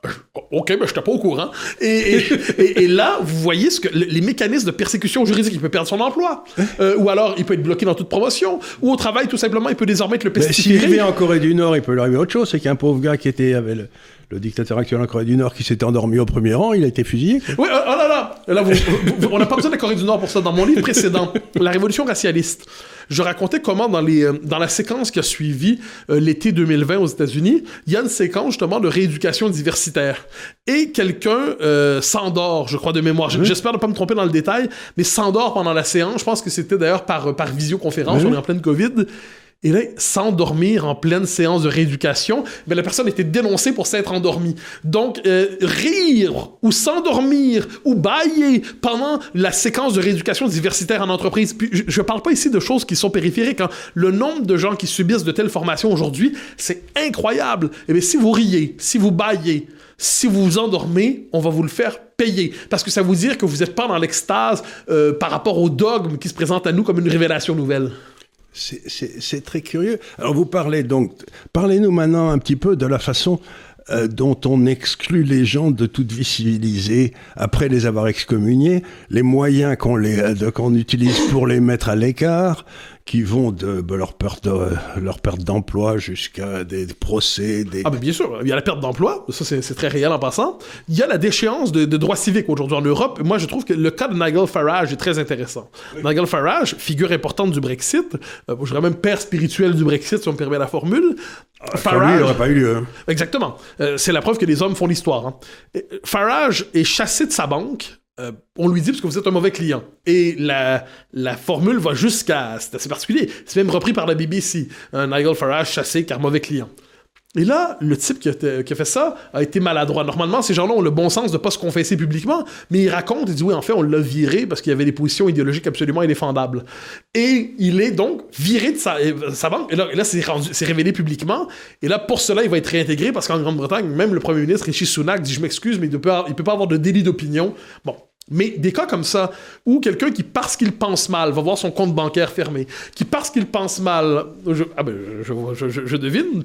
OK, ben je n'étais pas au courant. Et, et, et, et là, vous voyez ce que les mécanismes de persécution juridique, il peut perdre son emploi, euh, ou alors il peut être bloqué dans toute promotion, ou au travail, tout simplement, il peut désormais être le pestiféré. S'il vit en Corée du Nord, il peut lui arriver autre chose, c'est qu'un pauvre gars qui était avec le, le dictateur actuel en Corée du Nord qui s'était endormi au premier rang, il a été fusillé. Oui, oh, oh là là, là vous, vous, on n'a pas besoin de la Corée du Nord pour ça. Dans mon livre précédent, La Révolution racialiste, je racontais comment dans, les, dans la séquence qui a suivi euh, l'été deux mille vingt aux États-Unis, il y a une séquence justement de rééducation diversitaire. Et quelqu'un euh, s'endort, je crois de mémoire. Mmh. J'espère ne pas me tromper dans le détail, mais s'endort pendant la séance. Je pense que c'était d'ailleurs par, par visioconférence, mmh. on est en pleine COVID. Et là, s'endormir en pleine séance de rééducation, ben la personne était dénoncée pour s'être endormie. Donc, euh, rire ou s'endormir ou bâiller pendant la séquence de rééducation diversitaire en entreprise. Puis, je ne parle pas ici de choses qui sont périphériques. Hein. Le nombre de gens qui subissent de telles formations aujourd'hui, c'est incroyable. Et bien, si vous riez, si vous bâillez, si vous vous endormez, on va vous le faire payer. Parce que ça veut dire que vous n'êtes pas dans l'extase euh, par rapport au dogme qui se présente à nous comme une révélation nouvelle. C'est, c'est, c'est très curieux. Alors vous parlez donc, parlez-nous maintenant un petit peu de la façon euh, dont on exclut les gens de toute vie civilisée après les avoir excommuniés, les moyens qu'on, les, de, qu'on utilise pour les mettre à l'écart, qui vont de, de, leur, perte de leur perte d'emploi jusqu'à des procès. Des... Ah ben bien sûr, il y a la perte d'emploi, ça c'est, c'est très réel en passant. Il y a la déchéance de, de droits civiques aujourd'hui en Europe. Moi je trouve que le cas de Nigel Farage est très intéressant. Oui. Nigel Farage, figure importante du Brexit, euh, je dirais même père spirituel du Brexit si on me permet la formule. Ah, Farage, lui, il n'aurait pas eu lieu. Exactement. Euh, c'est la preuve que les hommes font l'histoire. Hein. Farage est chassé de sa banque. Euh, on lui dit parce que vous êtes un mauvais client. Et la, la formule va jusqu'à... C'est assez particulier. C'est même repris par la B B C. Un Nigel Farage chassé car mauvais client. Et là, le type qui a, qui a fait ça a été maladroit. Normalement, ces gens-là ont le bon sens de ne pas se confesser publiquement, mais il raconte, il dit oui, en fait, on l'a viré parce qu'il y avait des positions idéologiques absolument indéfendables. Et il est donc viré de sa, sa banque. Et là, et là c'est, rendu, c'est révélé publiquement. Et là, pour cela, il va être réintégré parce qu'en Grande-Bretagne, même le premier ministre, Rishi Sunak, dit je m'excuse, mais il ne peut, peut pas avoir de délit d'opinion. Bon. Mais des cas comme ça, où quelqu'un qui, parce qu'il pense mal, va voir son compte bancaire fermé, qui, parce qu'il pense mal, je, ah ben, je, je, je, je devine,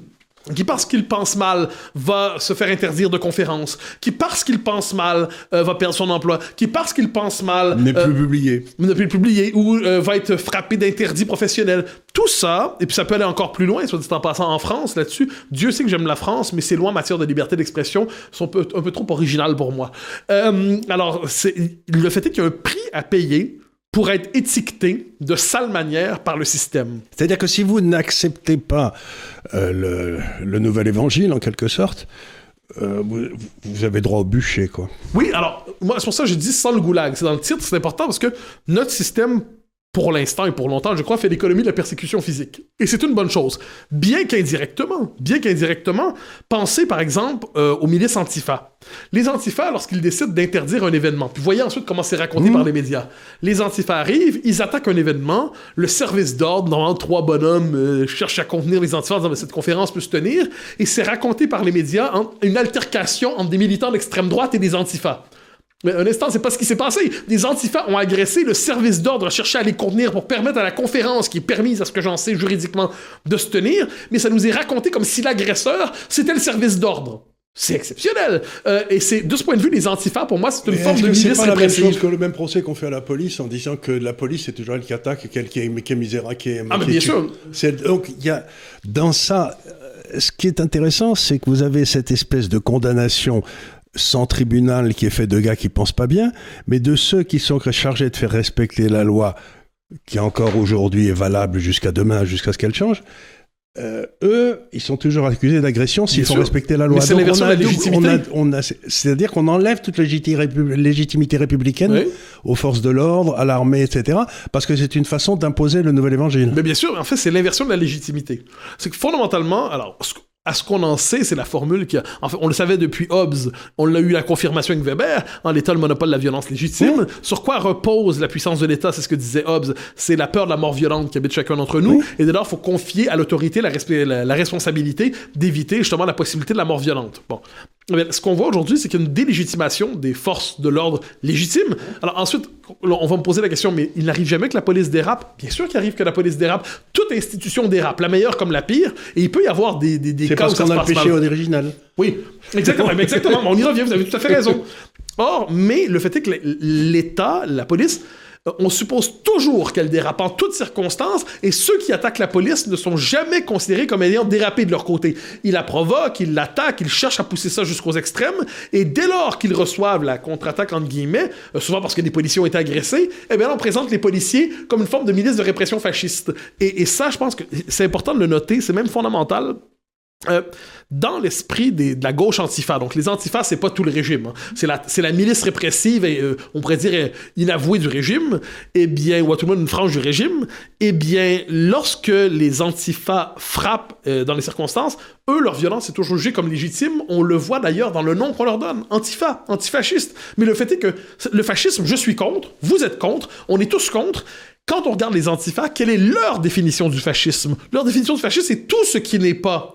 qui parce qu'il pense mal va se faire interdire de conférences, qui parce qu'il pense mal euh, va perdre son emploi, qui parce qu'il pense mal n'est euh, plus publié, ne plus publier ou euh, va être frappé d'interdits professionnels. Tout ça, et puis ça peut aller encore plus loin, soit dit en passant en France là-dessus. Dieu sait que j'aime la France, mais ces lois en matière de liberté d'expression sont un peu, un peu trop originales pour moi. Euh, alors, c'est, le fait est qu'il y a un prix à payer pour être étiqueté de sale manière par le système. C'est-à-dire que si vous n'acceptez pas euh, le, le nouvel évangile, en quelque sorte, euh, vous, vous avez droit au bûcher, quoi. Oui, alors, moi, c'est pour ça que je dis sans le goulag. C'est dans le titre, c'est important parce que notre système, pour l'instant et pour longtemps, je crois, fait l'économie de la persécution physique. Et c'est une bonne chose. Bien qu'indirectement, bien qu'indirectement, pensez par exemple euh, aux milices Antifa. Les Antifa, lorsqu'ils décident d'interdire un événement, puis voyez ensuite comment c'est raconté mmh. par les médias. Les Antifa arrivent, ils attaquent un événement, le service d'ordre, normalement trois bonhommes, euh, cherchent à contenir les Antifa en disant « cette conférence peut se tenir », et c'est raconté par les médias en une altercation entre des militants d'extrême droite et des Antifa. Mais un instant, c'est pas ce qui s'est passé. Des Antifas ont agressé le service d'ordre, cherché à les contenir pour permettre à la conférence, qui est permise à ce que j'en sais juridiquement, de se tenir, mais ça nous est raconté comme si l'agresseur, c'était le service d'ordre. C'est exceptionnel. Euh, et c'est, de ce point de vue, les Antifas, pour moi, c'est une mais forme de milice répressive. C'est pas la même chose que le même procès qu'on fait à la police en disant que la police, c'est toujours elle qui attaque et qu'elle qui est, qui est misérable, qui est... Ah, mais bien sûr. C'est, donc, il y a... Dans ça, ce qui est intéressant, c'est que vous avez cette espèce de condamnation sans tribunal qui est fait de gars qui pensent pas bien, mais de ceux qui sont chargés de faire respecter la loi, qui encore aujourd'hui est valable jusqu'à demain, jusqu'à ce qu'elle change, euh, eux, ils sont toujours accusés d'agression s'il faut respecter la loi. Mais c'est l'inversion de la légitimité. On a, on a, c'est-à-dire qu'on enlève toute légitimité républicaine oui. aux forces de l'ordre, à l'armée, et cetera, parce que c'est une façon d'imposer le nouvel évangile. Mais bien sûr, en fait, c'est l'inversion de la légitimité. C'est que fondamentalement, alors... à ce qu'on en sait, c'est la formule qui a... En fait, on le savait depuis Hobbes, on l'a eu la confirmation avec Weber, en l'État, le monopole de la violence légitime. Oui. Sur quoi repose la puissance de l'État, c'est ce que disait Hobbes, c'est la peur de la mort violente qui habite chacun d'entre nous, oui. et dès lors, il faut confier à l'autorité la, resp... la, la responsabilité d'éviter justement la possibilité de la mort violente. Bon. Mais ce qu'on voit aujourd'hui, c'est qu'il y a une délégitimation des forces de l'ordre légitimes. Alors ensuite, on va me poser la question, mais il n'arrive jamais que la police dérape? Bien sûr qu'il arrive que la police dérape. Toute institution dérape, la meilleure comme la pire, et il peut y avoir des, des, des c'est cas où ça se passe mal. C'est parce qu'on a le péché original. Oui, exactement, mais exactement, on y revient, vous avez tout à fait raison. Or, mais le fait est que l'État, la police... on suppose toujours qu'elle dérape en toutes circonstances, et ceux qui attaquent la police ne sont jamais considérés comme ayant dérapé de leur côté. Ils la provoquent, ils l'attaquent, ils cherchent à pousser ça jusqu'aux extrêmes, et dès lors qu'ils reçoivent la contre-attaque, entre guillemets, souvent parce que des policiers ont été agressés, eh bien, on présente les policiers comme une forme de milice de répression fasciste. Et, et ça, je pense que c'est important de le noter, c'est même fondamental. Euh, dans l'esprit des, de la gauche antifa, donc les antifas, c'est pas tout le régime, hein. c'est, la, c'est la milice répressive et euh, on pourrait dire euh, inavouée du régime, et bien, ou à tout le monde une frange du régime, et bien, lorsque les antifas frappent euh, dans les circonstances, eux, leur violence est toujours jugée comme légitime, on le voit d'ailleurs dans le nom qu'on leur donne, antifa, antifasciste, mais le fait est que le fascisme, je suis contre, vous êtes contre, on est tous contre. Quand on regarde les antifas, quelle est leur définition du fascisme? Leur définition du fascisme, c'est tout ce qui n'est pas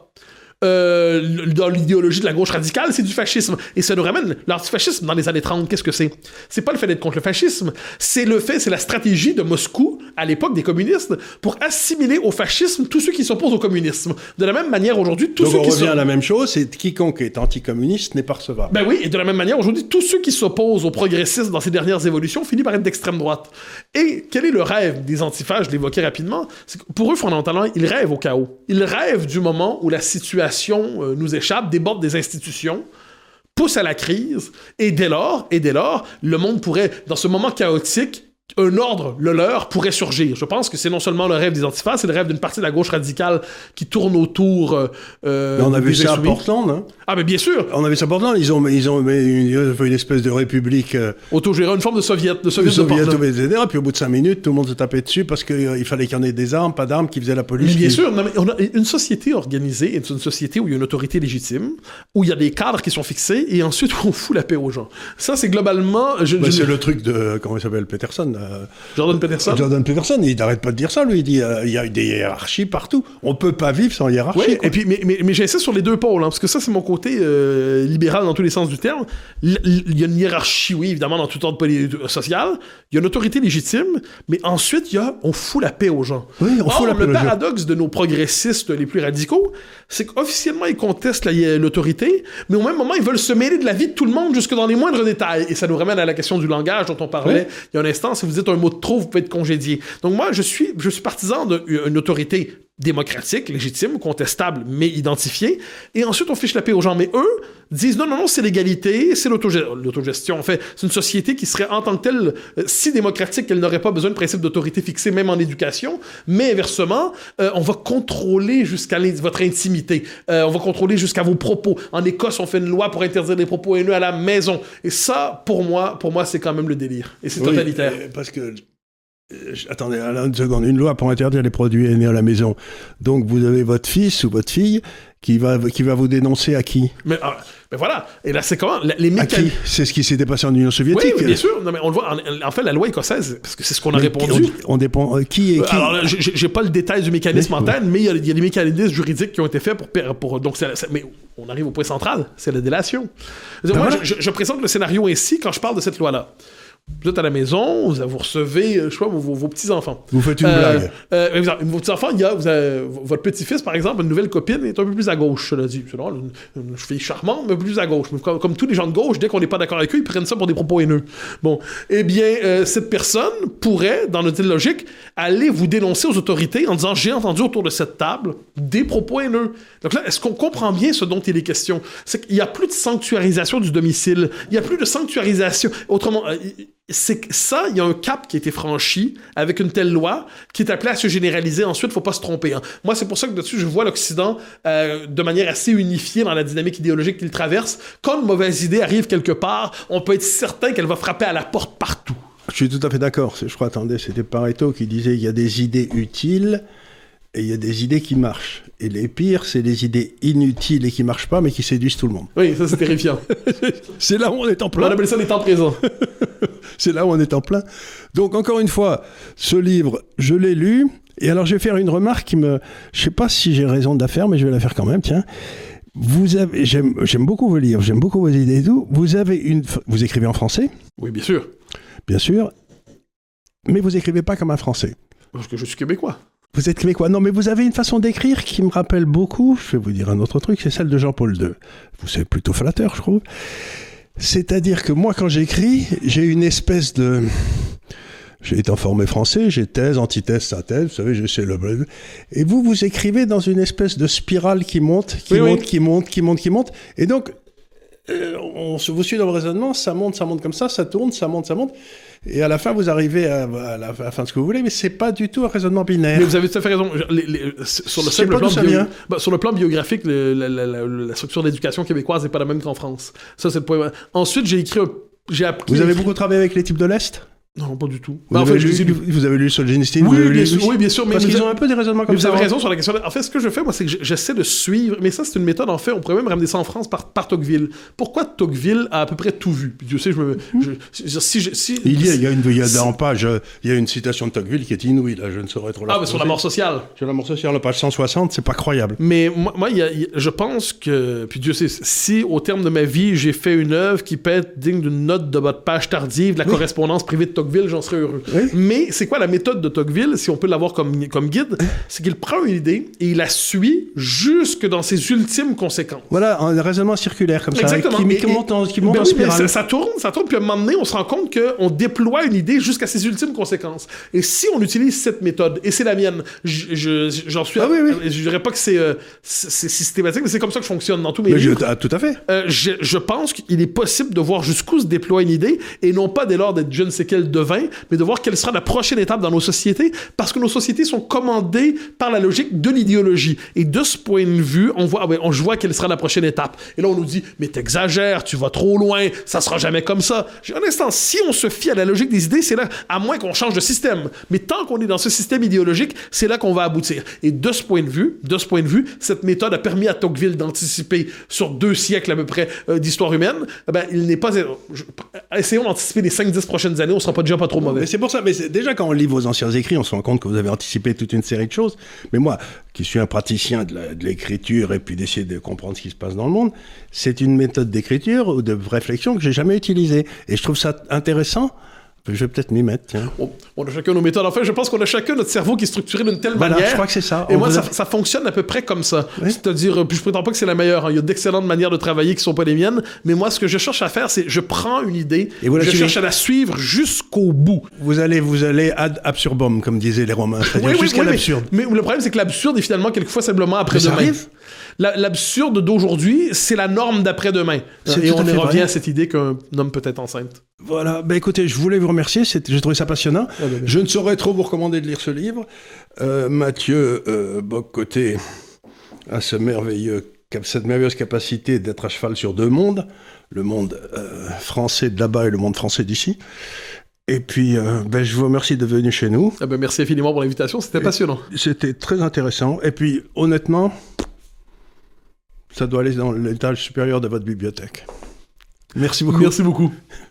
Euh, dans l'idéologie de la gauche radicale, c'est du fascisme. Et ça nous ramène l'antifascisme dans les années trente. Qu'est-ce que c'est? C'est pas le fait d'être contre le fascisme, c'est le fait, c'est la stratégie de Moscou, à l'époque des communistes, pour assimiler au fascisme tous ceux qui s'opposent au communisme. De la même manière, aujourd'hui, tous Donc ceux on qui revient sont... à la même chose, c'est quiconque est anticommuniste n'est pas recevable. Ben oui, et de la même manière, aujourd'hui, tous ceux qui s'opposent aux progressistes dans ces dernières évolutions finissent par être d'extrême droite. Et quel est le rêve des antifas? Je l'évoquais rapidement. C'est que pour eux, fondamentalement, ils rêvent au chaos. Ils rêvent du moment où la situation nous échappe, déborde des institutions, pousse à la crise, et dès lors, et dès lors, le monde pourrait, dans ce moment chaotique, un ordre, le leur, pourrait surgir. Je pense que c'est non seulement le rêve des antifas, c'est le rêve d'une partie de la gauche radicale qui tourne autour euh, mais on a vu ça à insoumis. Portland, hein? Ah, mais bien sûr! On a vu ça à Portland, ils ont, ils ont une, une espèce de république... Euh, autogérée, une forme de soviet, de soviet, de soviet de et cetera. Puis au bout de cinq minutes, tout le monde se tapait dessus parce qu'il euh, fallait qu'il y en ait des armes, pas d'armes, qui faisaient la police. Mais bien qui... sûr, non, mais on a une société organisée, c'est une société où il y a une autorité légitime, où il y a des cadres qui sont fixés, et ensuite où on fout la paix aux gens. Ça, c'est globalement... Je, bah, je... C'est le truc de... Comment il s'appelle? Peterson, là. Euh, Jordan Peterson. Jordan Peterson, il n'arrête pas de dire ça, lui. Il dit euh, il y a des hiérarchies partout. On ne peut pas vivre sans hiérarchie. Oui, et puis, mais, mais, mais j'insiste sur les deux pôles, hein, parce que ça, c'est mon côté euh, libéral dans tous les sens du terme. Il y a une hiérarchie, oui, évidemment, dans tout ordre poly- social. Il y a une autorité légitime, mais ensuite, il y a on fout la paix aux gens. Oui, on Or, fout la paix le aux gens. paradoxe de nos progressistes les plus radicaux, c'est qu'officiellement, ils contestent la, l'autorité, mais au même moment, ils veulent se mêler de la vie de tout le monde jusque dans les moindres détails. Et ça nous ramène à la question du langage dont on parlait oui. il y a un instant. Si vous dites un mot de trop, vous pouvez être congédié. Donc moi, je suis, je suis partisan d'une autorité démocratique, légitime, contestable, mais identifiée. Et ensuite, on fiche la paix aux gens. Mais eux disent non, non, non, c'est l'égalité, c'est l'autogestion. L'autogestion, en fait, c'est une société qui serait en tant que telle euh, si démocratique qu'elle n'aurait pas besoin de principe d'autorité fixé, même en éducation. Mais inversement, euh, on va contrôler jusqu'à votre intimité. Euh, on va contrôler jusqu'à vos propos. En Écosse, on fait une loi pour interdire les propos haineux à la maison. Et ça, pour moi, pour moi, c'est quand même le délire. Et c'est oui, totalitaire. Euh, parce que attendez, une seconde, une loi pour interdire les produits haineux à la maison. Donc vous avez votre fils ou votre fille qui va, qui va vous dénoncer à qui? Mais, ah, mais voilà, et là c'est comment les mécanismes... C'est ce qui s'était passé en Union soviétique. Oui, bien sûr, non, mais on le voit, en, en fait la loi écossaise, parce que c'est ce qu'on a mais répondu. On, on dépend, euh, qui est qui? Alors là, j'ai, j'ai pas le détail du mécanisme oui, en tête, oui. mais il y, y a des mécanismes juridiques qui ont été faits pour... pour donc c'est, c'est, mais on arrive au point central, c'est la délation. Ben moi, voilà. je, je présente le scénario ainsi quand je parle de cette loi-là. Vous êtes à la maison, vous, vous recevez, je sais pas, vos, vos petits-enfants. Vous faites une euh, blague. Euh, vos petits-enfants, il y a, vous avez, votre petit-fils, par exemple, une nouvelle copine est un peu plus à gauche, cela dit. C'est une, une fille charmante, mais un peu plus à gauche. Mais comme, comme tous les gens de gauche, dès qu'on n'est pas d'accord avec eux, ils prennent ça pour des propos haineux. Bon, eh bien, euh, cette personne pourrait, dans notre logique, aller vous dénoncer aux autorités en disant « J'ai entendu autour de cette table des propos haineux. » Donc là, est-ce qu'on comprend bien ce dont il est question? C'est qu'il n'y a plus de sanctuarisation du domicile. Il n'y a plus de sanctuarisation. Autrement... Euh, c'est que ça, il y a un cap qui a été franchi avec une telle loi qui est appelée à se généraliser. Ensuite, il ne faut pas se tromper. Hein. Moi, c'est pour ça que dessus, je vois l'Occident euh, de manière assez unifiée dans la dynamique idéologique qu'il traverse. Quand une mauvaise idée arrive quelque part, on peut être certain qu'elle va frapper à la porte partout. Je suis tout à fait d'accord. Je crois, attendez, c'était Pareto qui disait il y a des idées utiles et il y a des idées qui marchent. Et les pires, c'est les idées inutiles et qui ne marchent pas, mais qui séduisent tout le monde. Oui, ça c'est terrifiant. C'est là où on est en plein. On appelle ça les temps présents. C'est là où on est en plein. Donc, encore une fois, ce livre, je l'ai lu. Et alors, je vais faire une remarque qui me... Je ne sais pas si j'ai raison de la faire, mais je vais la faire quand même, tiens. Vous avez... J'aime, j'aime beaucoup vos livres, j'aime beaucoup vos idées et tout. Vous avez une... Vous écrivez en français? Oui, bien sûr. Bien sûr. Mais vous n'écrivez pas comme un Français. Parce que je suis québécois. Vous êtes québécois. Non, mais vous avez une façon d'écrire qui me rappelle beaucoup, je vais vous dire un autre truc, c'est celle de Jean-Paul deux. Vous c'est plutôt flatteur, je trouve. C'est-à-dire que moi, quand j'écris, j'ai une espèce de... J'ai été formé français, j'ai thèse, antithèse, synthèse, vous savez, j'essaie le... Et vous, vous écrivez dans une espèce de spirale qui monte, qui oui, monte, oui. qui monte, qui monte, qui monte. Et donc, euh, on se vous suit dans le raisonnement, ça monte, ça monte comme ça, ça tourne, ça monte, ça monte. Et à la fin, vous arrivez à, à, la, à la fin de ce que vous voulez, mais c'est pas du tout un raisonnement binaire. Mais vous avez tout à fait raison. Les, les, sur, le simple plan bio, bah, sur le plan biographique, le, la, la, la, la structure d'éducation québécoise n'est pas la même qu'en France. Ça, c'est le point. Ensuite, j'ai écrit... Un, j'ai appris vous avez écrit... beaucoup travaillé avec les types de l'Est? Non, pas du tout. Vous, bah, avez, en fait, lu, lu... vous avez lu Solzhenitsyn? Oui, vous avez bien lu... sûr, oui, bien sûr. Mais Parce qu'ils avez... ont un peu des raisonnements comme mais ça. Vous avez raison sur la question. En fait, ce que je fais, moi, c'est que j'essaie de suivre. Mais ça, c'est une méthode, en fait. On pourrait même ramener ça en France par, par Tocqueville. Pourquoi Tocqueville a à peu près tout vu? Puis Dieu sait, je me. Je, je, si, je, si, il y a, il y a une, il y a en page, il y a une citation de Tocqueville qui est inouïe, là. Je ne saurais trop la. Ah, mais sur la mort sociale. Sur la mort sociale, la page cent soixante, c'est pas croyable. Mais moi, moi il y a, il y a, je pense que. Puis Dieu sait, si au terme de ma vie, j'ai fait une œuvre qui peut être digne d'une note de votre page tardive, de la oui. correspondance privée de Tocqueville, j'en serais heureux. Oui. Mais c'est quoi la méthode de Tocqueville, si on peut l'avoir comme, comme guide? C'est qu'il prend une idée et il la suit jusque dans ses ultimes conséquences. Voilà, un raisonnement circulaire comme Exactement. ça, qui, et, qui monte en, qui monte ben en oui, spirale. Ça, ça tourne, ça tourne, puis à un moment donné, on se rend compte qu'on déploie une idée jusqu'à ses ultimes conséquences. Et si on utilise cette méthode, et c'est la mienne, je, je, j'en suis... Ah oui, oui. Je dirais pas que c'est, euh, c'est systématique, mais c'est comme ça que je fonctionne dans tous mes mais livres. Je, ah, tout à fait. Euh, je, je pense qu'il est possible de voir jusqu'où se déploie une idée, et non pas dès lors d'être je ne sais quel devin, mais de voir quelle sera la prochaine étape dans nos sociétés, parce que nos sociétés sont commandées par la logique de l'idéologie. Et de ce point de vue, on voit, ah ouais, on, je vois quelle sera la prochaine étape. Et là, on nous dit, mais t'exagères, tu vas trop loin, ça sera jamais comme ça. J'ai un instant, si on se fie à la logique des idées, c'est là, à moins qu'on change de système. Mais tant qu'on est dans ce système idéologique, c'est là qu'on va aboutir. Et de ce point de vue, de ce point de vue, cette méthode a permis à Tocqueville d'anticiper sur deux siècles à peu près euh, d'histoire humaine. Eh ben, il n'est pas... Je, essayons d'anticiper les cinq dix prochaines années, on sera pas pas déjà pas trop mauvais. Mais c'est pour ça, mais c'est, déjà quand on lit vos anciens écrits, on se rend compte que vous avez anticipé toute une série de choses. Mais moi, qui suis un praticien de, la, de l'écriture et puis d'essayer de comprendre ce qui se passe dans le monde, c'est une méthode d'écriture ou de réflexion que j'ai jamais utilisée. Et je trouve ça intéressant. Je vais peut-être m'y mettre, tiens. On, on a chacun nos méthodes. Enfin, je pense qu'on a chacun notre cerveau qui est structuré d'une telle Voilà, manière. je crois que c'est ça. Et On moi, vous ça, a- ça fonctionne à peu près comme ça. Oui. C'est-à-dire, puis je prétends pas que c'est la meilleure. hein. Il y a d'excellentes manières de travailler qui sont pas les miennes. Mais moi, ce que je cherche à faire, c'est je prends une idée, Et vous la je suivez. cherche à la suivre jusqu'au bout. Vous allez, vous allez ad absurdum, comme disaient les Romains, c'est-à-dire jusqu'à mais- l'absurde. Mais, le problème, c'est que l'absurde est finalement quelquefois simplement après-demain. Mais ça arrive. La- L'absurde d'aujourd'hui, c'est la norme d'après-demain. C'est Et tout on à y fait revient vrai. à cette idée qu'un homme peut être enceinte. Voilà, ben écoutez, je voulais vous remercier, c'était- j'ai trouvé ça passionnant. Ah, ben, ben. Je ne saurais trop vous recommander de lire ce livre. Euh, Mathieu euh, Bock-Côté a ce merveilleux, cap- cette merveilleuse capacité d'être à cheval sur deux mondes, le monde euh, français de là-bas et le monde français d'ici. Et puis, euh, ben, je vous remercie de venir chez nous. Ah ben, merci infiniment pour l'invitation, c'était Et- passionnant. C'était très intéressant. Et puis, honnêtement, ça doit aller dans l'étage supérieur de votre bibliothèque. Merci beaucoup. Merci beaucoup.